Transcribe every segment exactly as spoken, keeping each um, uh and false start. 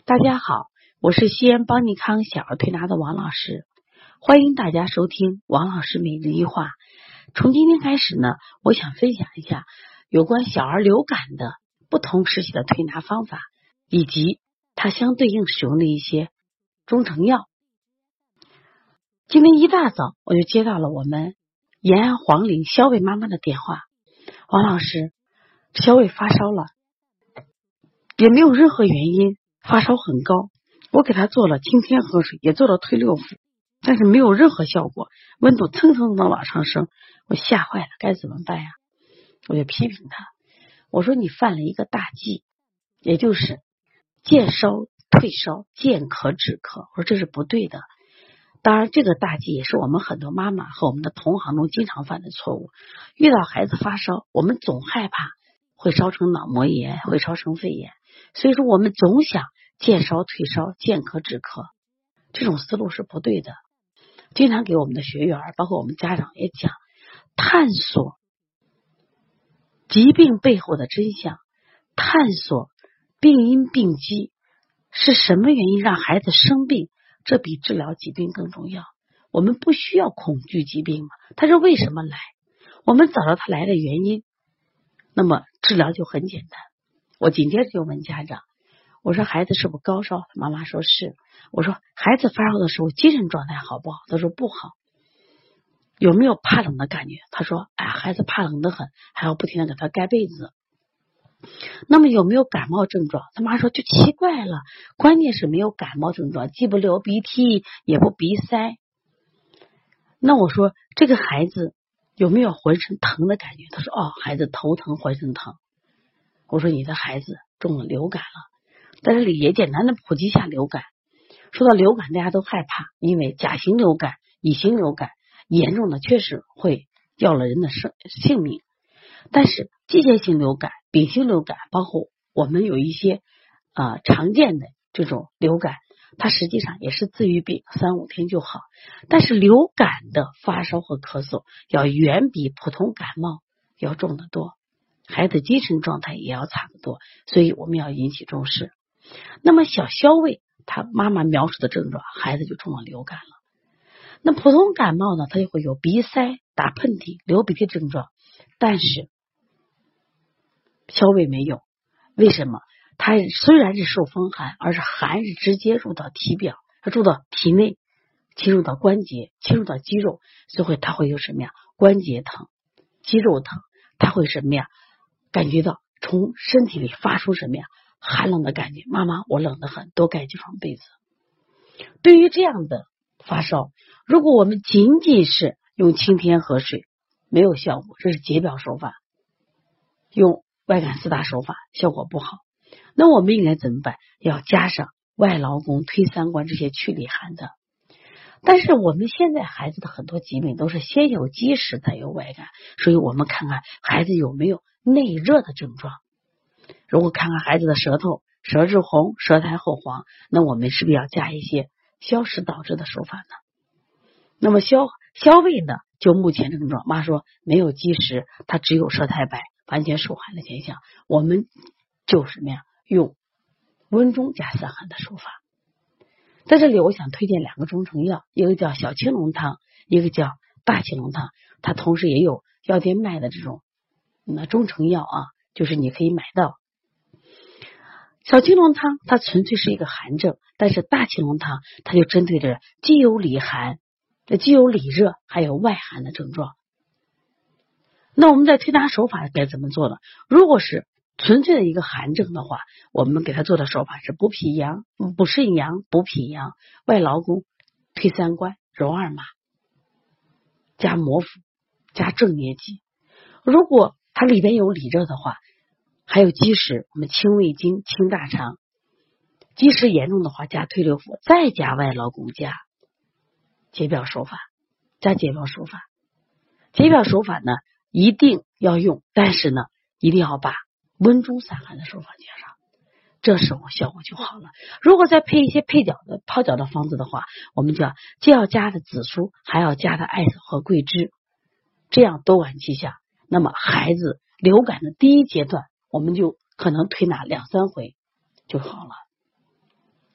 大家好，我是西安邦尼康小儿推拿的王老师，欢迎大家收听王老师每日一话。从今天开始呢，我想分享一下有关小儿流感的不同时期的推拿方法，以及它相对应使用的一些中成药。今天一大早我就接到了我们延安黄陵肖伟妈妈的电话，王老师，肖伟发烧了，也没有任何原因，发烧很高，我给他做了清天河水，也做了推六腑，但是没有任何效果，温度蹭蹭的往上升，我吓坏了，该怎么办呀？我就批评他，我说你犯了一个大忌，也就是见烧退烧，见咳止咳，我说这是不对的。当然这个大忌也是我们很多妈妈和我们的同行中经常犯的错误，遇到孩子发烧，我们总害怕会烧成脑膜炎，会烧成肺炎，所以说我们总想见烧退烧，见咳止咳，这种思路是不对的。经常给我们的学员包括我们家长也讲，探索疾病背后的真相，探索病因病机，是什么原因让孩子生病，这比治疗疾病更重要。我们不需要恐惧疾病嘛，它是为什么来，我们找到它来的原因，那么治疗就很简单。我紧接着就问家长，我说孩子是不是高烧？妈妈说是。我说孩子发烧的时候精神状态好不好？他说不好。有没有怕冷的感觉？他说哎，孩子怕冷得很，还要不停的给他盖被子。那么有没有感冒症状？他妈说就奇怪了，关键是没有感冒症状，既不流鼻涕也不鼻塞。那我说这个孩子有没有浑身疼的感觉？他说哦，孩子头疼浑身疼。我说你的孩子中了流感了，在这里也简单的普及一下流感。说到流感大家都害怕，因为甲型流感、乙型流感严重的确实会要了人的生性命，但是季节性流感、丙型流感，包括我们有一些呃常见的这种流感，它实际上也是自愈病，三五天就好。但是流感的发烧和咳嗽要远比普通感冒要重得多，孩子精神状态也要差得多，所以我们要引起重视。那么小肖卫他妈妈描述的症状，孩子就中了流感了。那普通感冒呢，它就会有鼻塞、打喷嚏、流鼻涕症状，但是肖卫没有。为什么？它虽然是受风寒，而是寒是直接入到体表，它入到体内，侵入到关节，侵入到肌肉，所以它会有什么呀？关节疼、肌肉疼，它会什么呀？感觉到从身体里发出什么呀？寒冷的感觉，妈妈我冷得很，多盖几床被子。对于这样的发烧，如果我们仅仅是用清天河水没有效果，这是解表手法，用外感四大手法效果不好，那我们应该怎么办？要加上外劳宫、推三关这些去里寒的。但是我们现在孩子的很多疾病都是先有积食再有外感，所以我们看看孩子有没有内热的症状。如果看看孩子的舌头，舌质红，舌苔厚黄，那我们是不是要加一些消食导滞的手法呢？那么消消胃呢，就目前症状，妈说没有积食，它只有舌苔白，完全受寒的现象，我们就什么呀？用温中加散寒的手法。在这里我想推荐两个中成药，一个叫小青龙汤，一个叫大青龙汤，它同时也有药店卖的这种那中成药啊，就是你可以买到。小青龙汤它纯粹是一个寒症，但是大青龙汤它就针对着既有里寒、既有里热还有外寒的症状。那我们在推拿手法该怎么做呢？如果是纯粹的一个寒症的话，我们给他做的手法是补脾阳、补肾阳、补脾阳、外劳宫、推三关、揉二马，加摩腹，加正捏肌。如果它里边有里热的话，还有积食，我们清胃经、清大肠。积食严重的话，加推六腑，再加外劳宫，加解表手法，加解表手法。解表手法呢，一定要用，但是呢，一定要把温中散寒的手法加上，这时候效果就好了。如果再配一些配角的泡脚的方子的话，我们就要既要加的紫苏，还要加的艾草和桂枝，这样多管齐下，那么孩子流感的第一阶段，我们就可能推拿两三回就好了。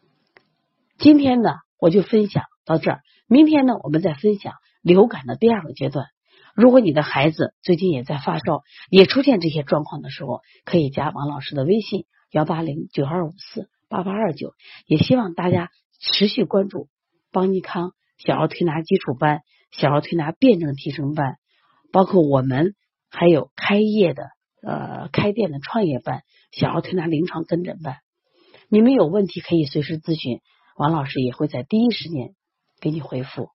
今天呢我就分享到这儿，明天呢我们再分享流感的第二个阶段。如果你的孩子最近也在发烧，也出现这些状况的时候，可以加王老师的微信幺八零九二五四八八二九。也希望大家持续关注邦尼康小儿推拿基础班、小儿推拿辩证提升班，包括我们还有开业的呃开店的创业班、小儿推拿临床跟诊班。你们有问题可以随时咨询，王老师也会在第一时间给你回复。